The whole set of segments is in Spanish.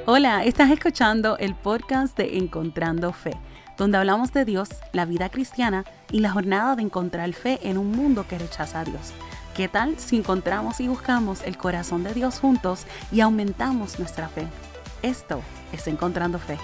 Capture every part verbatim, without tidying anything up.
Hola, estás escuchando el podcast de Encontrando Fe, donde hablamos de Dios, la vida cristiana y la jornada de encontrar fe en un mundo que rechaza a Dios. ¿Qué tal si encontramos y buscamos el corazón de Dios juntos y aumentamos nuestra fe? Esto es Encontrando Fe.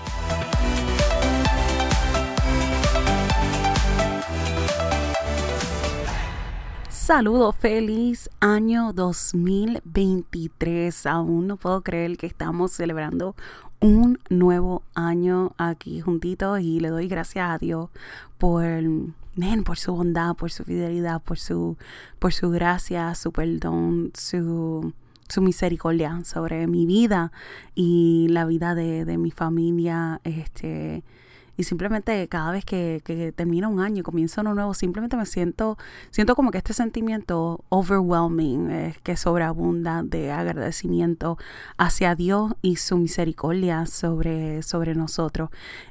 Saludos, feliz año dos mil veintitrés. Aún no puedo creer que estamos celebrando un nuevo año aquí juntitos y le doy gracias a Dios por, man, por su bondad, por su fidelidad, por su, por su gracia, su perdón, su, su misericordia sobre mi vida y la vida de, de mi familia. Este, Y simplemente cada vez que, que termina un año y comienza uno nuevo, simplemente me siento, siento como que este sentimiento overwhelming, eh, que sobreabunda de agradecimiento hacia Dios y su misericordia sobre, sobre nosotros.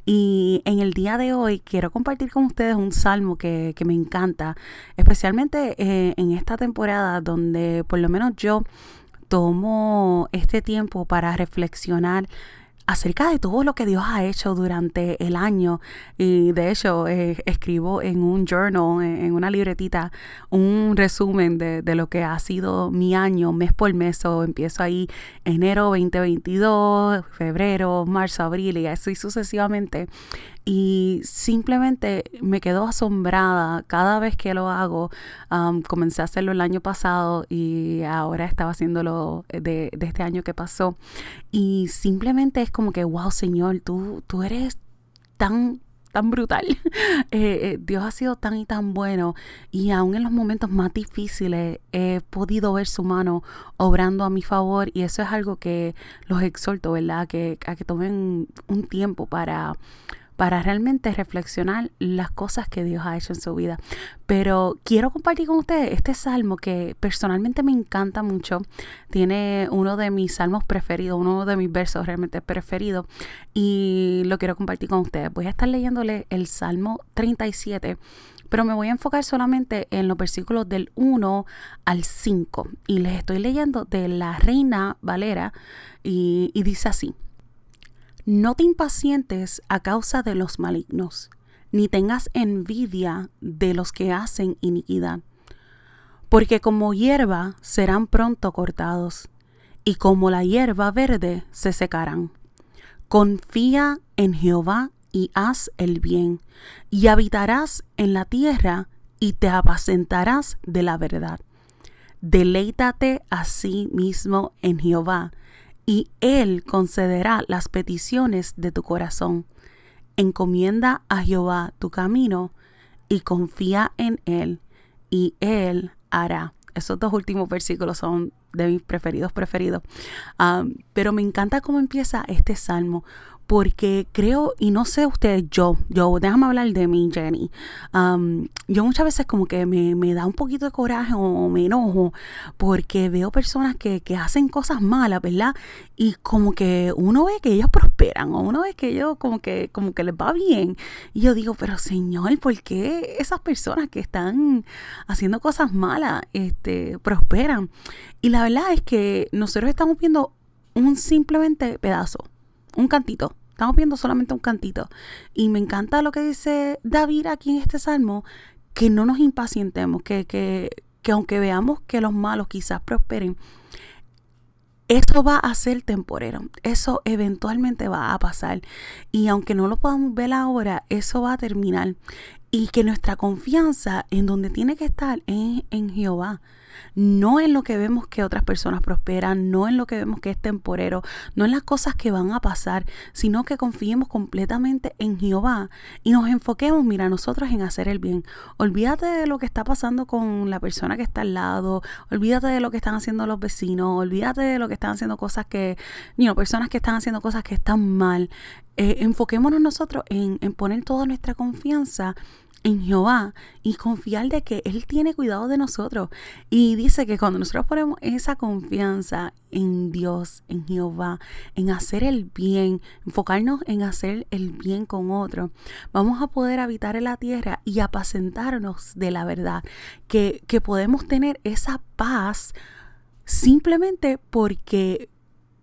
Y en el día de hoy quiero compartir con ustedes un salmo que, que me encanta, especialmente eh, en esta temporada donde por lo menos yo tomo este tiempo para reflexionar acerca de todo lo que Dios ha hecho durante el año. Y de hecho eh, escribo en un journal, en, en una libretita, un resumen de, de lo que ha sido mi año mes por mes. O empiezo ahí enero veinte veintidós, febrero, marzo, abril y así sucesivamente. Y simplemente me quedo asombrada cada vez que lo hago. Um, comencé a hacerlo el año pasado y ahora estaba haciéndolo de, de este año que pasó. Y simplemente es como que, wow, Señor, tú, tú eres tan, tan brutal. eh, eh, Dios ha sido tan y tan bueno. Y aún en los momentos más difíciles he podido ver su mano obrando a mi favor. Y eso es algo que los exhorto, ¿verdad? Que, a que tomen un tiempo para... para realmente reflexionar las cosas que Dios ha hecho en su vida. Pero quiero compartir con ustedes este salmo que personalmente me encanta mucho. Tiene uno de mis salmos preferidos, uno de mis versos realmente preferidos, y lo quiero compartir con ustedes. Voy a estar leyéndole el Salmo treinta y siete, pero me voy a enfocar solamente en los versículos del uno al cinco. Y les estoy leyendo de la Reina Valera y, y dice así: No te impacientes a causa de los malignos, ni tengas envidia de los que hacen iniquidad, porque como hierba serán pronto cortados, y como la hierba verde se secarán. Confía en Jehová y haz el bien, y habitarás en la tierra y te apacentarás de la verdad. Deleítate a sí mismo en Jehová, y Él concederá las peticiones de tu corazón. Encomienda a Jehová tu camino y confía en Él, y Él hará. Esos dos últimos versículos son de mis preferidos, preferidos. Um, pero me encanta cómo empieza este salmo, porque creo, y no sé ustedes, yo, yo, déjame hablar de mí, Jenny. Um, yo muchas veces como que me, me da un poquito de coraje o me enojo porque veo personas que, que hacen cosas malas, ¿verdad? Y como que uno ve que ellos prosperan, o uno ve que ellos como que, como que les va bien. Y yo digo, pero Señor, ¿por qué esas personas que están haciendo cosas malas este, prosperan? Y la verdad es que nosotros estamos viendo un simplemente pedazo, un cantito. Estamos viendo solamente un cantito. Y me encanta lo que dice David aquí en este salmo, que no nos impacientemos, que, que, que aunque veamos que los malos quizás prosperen, eso va a ser temporero, eso eventualmente va a pasar. Y aunque no lo podamos ver ahora, eso va a terminar. Y que nuestra confianza en donde tiene que estar es en Jehová. No en lo que vemos que otras personas prosperan, no en lo que vemos que es temporero, no en las cosas que van a pasar, sino que confiemos completamente en Jehová y nos enfoquemos, mira, nosotros en hacer el bien. Olvídate de lo que está pasando con la persona que está al lado, olvídate de lo que están haciendo los vecinos, olvídate de lo que están haciendo cosas que, you know, personas que están haciendo cosas que están mal. Eh, enfoquémonos nosotros en, en poner toda nuestra confianza en Jehová y confiar de que Él tiene cuidado de nosotros. Y dice que cuando nosotros ponemos esa confianza en Dios, en Jehová, en hacer el bien, enfocarnos en hacer el bien con otros, vamos a poder habitar en la tierra y apacentarnos de la verdad, que, que podemos tener esa paz simplemente porque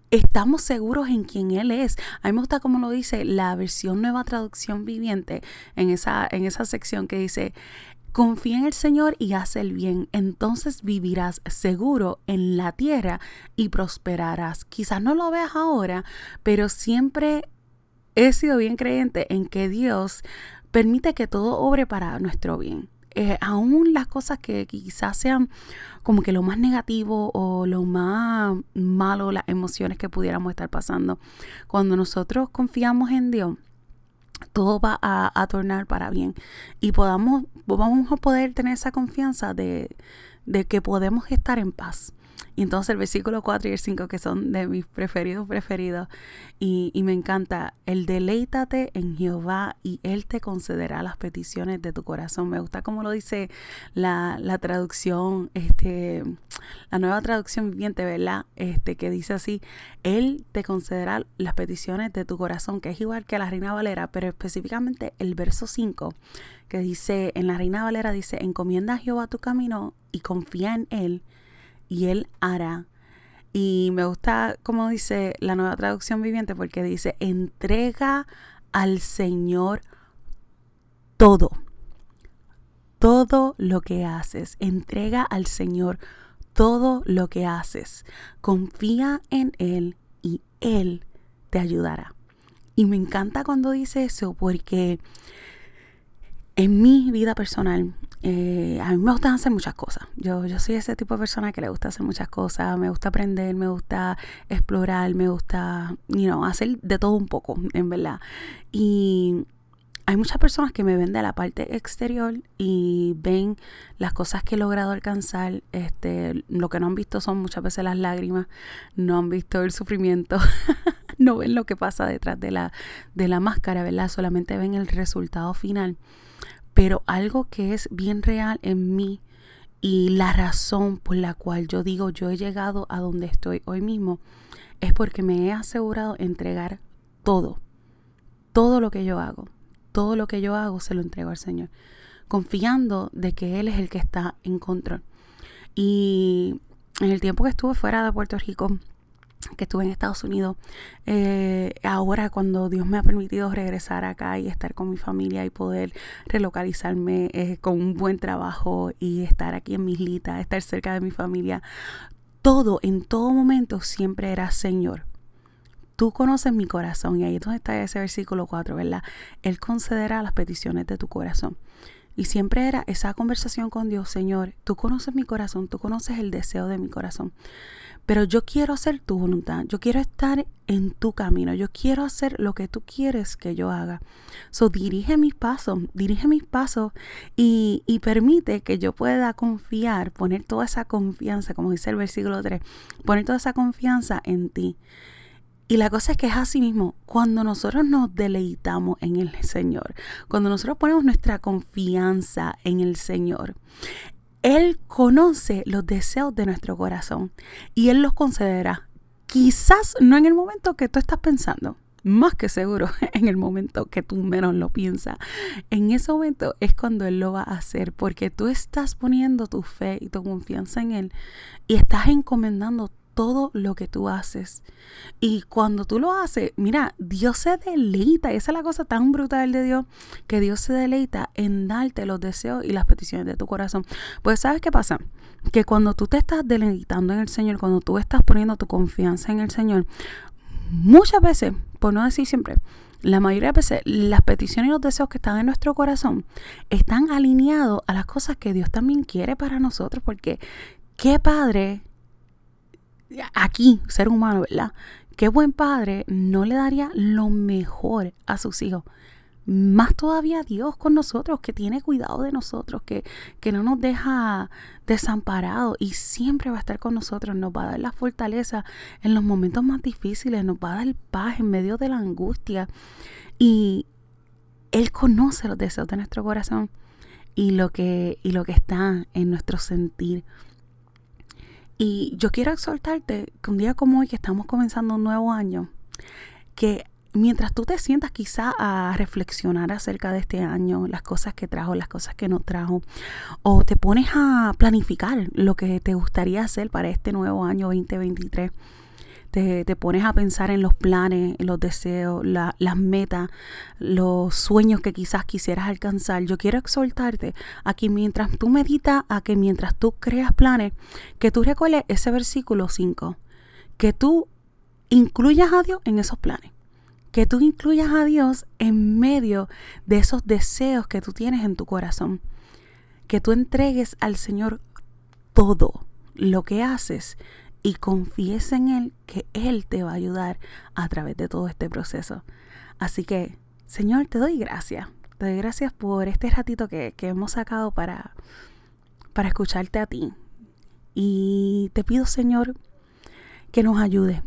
estamos seguros en quién Él es. A mí me gusta como lo dice la versión Nueva Traducción Viviente en esa, en esa sección que dice: confía en el Señor y haz el bien, entonces vivirás seguro en la tierra y prosperarás. Quizás no lo veas ahora, pero siempre he sido bien creyente en que Dios permite que todo obre para nuestro bien. Eh, aún las cosas que quizás sean como que lo más negativo o lo más malo, las emociones que pudiéramos estar pasando, cuando nosotros confiamos en Dios, todo va a, a tornar para bien y podamos, vamos a poder tener esa confianza de, de que podemos estar en paz. Y entonces el versículo cuatro y el cinco, que son de mis preferidos, preferidos, y, y me encanta: el deleítate en Jehová y Él te concederá las peticiones de tu corazón. Me gusta como lo dice la, la traducción, este, la Nueva Traducción Viviente, ¿verdad? Este, que dice así: Él te concederá las peticiones de tu corazón, que es igual que la Reina Valera, pero específicamente el verso cinco, que dice, en la Reina Valera dice: encomienda a Jehová tu camino y confía en Él, y Él hará. Y me gusta como dice la Nueva Traducción Viviente, porque dice: entrega al Señor todo, todo lo que haces. Entrega al Señor todo lo que haces. Confía en Él y Él te ayudará. Y me encanta cuando dice eso, porque en mi vida personal, eh, a mí me gusta hacer muchas cosas. Yo, yo soy ese tipo de persona que le gusta hacer muchas cosas. Me gusta aprender, me gusta explorar, me gusta, you know, hacer de todo un poco, en verdad. Y hay muchas personas que me ven de la parte exterior y ven las cosas que he logrado alcanzar. Este, lo que no han visto son muchas veces las lágrimas, no han visto el sufrimiento. No ven lo que pasa detrás de la, de la máscara, ¿verdad? Solamente ven el resultado final. Pero algo que es bien real en mí y la razón por la cual yo digo yo he llegado a donde estoy hoy mismo es porque me he asegurado entregar todo, todo lo que yo hago, todo lo que yo hago se lo entrego al Señor, confiando de que Él es el que está en control. Y en el tiempo que estuve fuera de Puerto Rico, que estuve en Estados Unidos, eh, ahora cuando Dios me ha permitido regresar acá y estar con mi familia y poder relocalizarme eh, con un buen trabajo y estar aquí en mi islita, estar cerca de mi familia, todo, en todo momento siempre era: Señor, tú conoces mi corazón. Y ahí es donde está ese versículo cuatro, ¿verdad? Él concederá las peticiones de tu corazón. Y siempre era esa conversación con Dios: Señor, tú conoces mi corazón, tú conoces el deseo de mi corazón, pero yo quiero hacer tu voluntad, yo quiero estar en tu camino, yo quiero hacer lo que tú quieres que yo haga. So, dirige mis pasos, dirige mis pasos y, y permite que yo pueda confiar, poner toda esa confianza, como dice el versículo tres, poner toda esa confianza en ti. Y la cosa es que es así mismo, cuando nosotros nos deleitamos en el Señor, cuando nosotros ponemos nuestra confianza en el Señor, Él conoce los deseos de nuestro corazón y Él los concederá. Quizás no en el momento que tú estás pensando, más que seguro en el momento que tú menos lo piensas. En ese momento es cuando Él lo va a hacer, porque tú estás poniendo tu fe y tu confianza en Él y estás encomendando todo lo que tú haces. Y cuando tú lo haces, mira, Dios se deleita. Y esa es la cosa tan brutal de Dios, que Dios se deleita en darte los deseos y las peticiones de tu corazón. Pues ¿sabes qué pasa? Que cuando tú te estás deleitando en el Señor, cuando tú estás poniendo tu confianza en el Señor, muchas veces, por no decir siempre, la mayoría de veces, las peticiones y los deseos que están en nuestro corazón están alineados a las cosas que Dios también quiere para nosotros. Porque qué padre, aquí, ser humano, ¿verdad? Qué buen padre no le daría lo mejor a sus hijos. Más todavía Dios con nosotros, que tiene cuidado de nosotros, que, que no nos deja desamparados y siempre va a estar con nosotros. Nos va a dar la fortaleza en los momentos más difíciles, nos va a dar paz en medio de la angustia. Y Él conoce los deseos de nuestro corazón y lo que, y lo que está en nuestro sentir. Y yo quiero exhortarte que un día como hoy, que estamos comenzando un nuevo año, que mientras tú te sientas quizá a reflexionar acerca de este año, las cosas que trajo, las cosas que no trajo, o te pones a planificar lo que te gustaría hacer para este nuevo año veinte veintitrés, te, te pones a pensar en los planes, en los deseos, la, las metas, los sueños que quizás quisieras alcanzar, yo quiero exhortarte a que mientras tú meditas, a que mientras tú creas planes, que tú recuerdes ese versículo cinco, que tú incluyas a Dios en esos planes, que tú incluyas a Dios en medio de esos deseos que tú tienes en tu corazón, que tú entregues al Señor todo lo que haces y confíes en Él, que Él te va a ayudar a través de todo este proceso. Así que, Señor, te doy gracias. Te doy gracias por este ratito que, que hemos sacado para, para escucharte a ti. Y te pido, Señor, que nos ayude.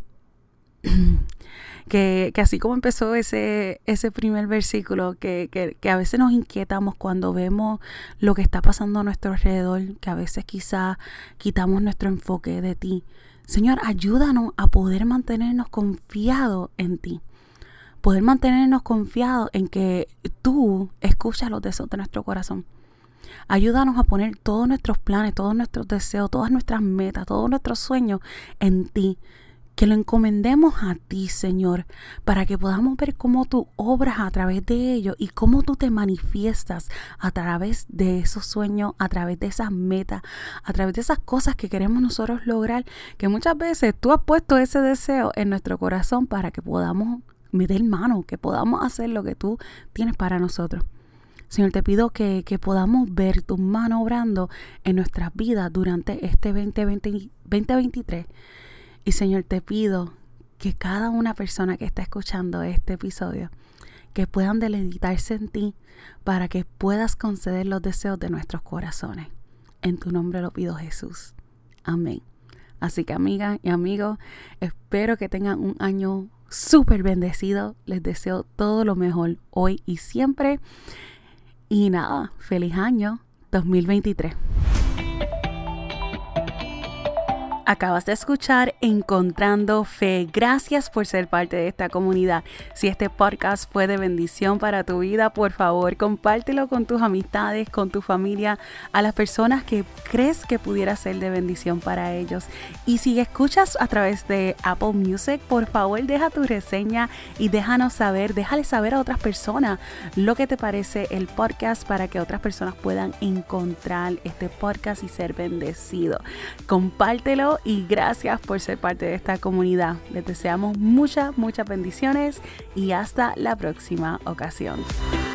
Que, que así como empezó ese, ese primer versículo, que, que, que a veces nos inquietamos cuando vemos lo que está pasando a nuestro alrededor, que a veces quizás quitamos nuestro enfoque de ti. Señor, ayúdanos a poder mantenernos confiados en ti. Poder mantenernos confiados en que tú escuchas los deseos de nuestro corazón. Ayúdanos a poner todos nuestros planes, todos nuestros deseos, todas nuestras metas, todos nuestros sueños en ti. Que lo encomendemos a ti, Señor, para que podamos ver cómo tú obras a través de ellos y cómo tú te manifiestas a través de esos sueños, a través de esas metas, a través de esas cosas que queremos nosotros lograr, que muchas veces tú has puesto ese deseo en nuestro corazón para que podamos meter mano, que podamos hacer lo que tú tienes para nosotros. Señor, te pido que, que podamos ver tu mano obrando en nuestras vidas durante este veinte veinte, veinte veintitrés. Y Señor, te pido que cada una persona que está escuchando este episodio, que puedan deleitarse en ti para que puedas conceder los deseos de nuestros corazones. En tu nombre lo pido, Jesús. Amén. Así que, amigas y amigos, espero que tengan un año súper bendecido. Les deseo todo lo mejor hoy y siempre. Y nada, feliz año dos mil veintitrés. Acabas de escuchar Encontrando Fe. Gracias por ser parte de esta comunidad. Si este podcast fue de bendición para tu vida, por favor, compártelo con tus amistades, con tu familia, a las personas que crees que pudiera ser de bendición para ellos. Y si escuchas a través de Apple Music, por favor, deja tu reseña y déjanos saber, déjale saber a otras personas lo que te parece el podcast para que otras personas puedan encontrar este podcast y ser bendecidos. Compártelo. Y gracias por ser parte de esta comunidad. Les deseamos muchas, muchas bendiciones y hasta la próxima ocasión.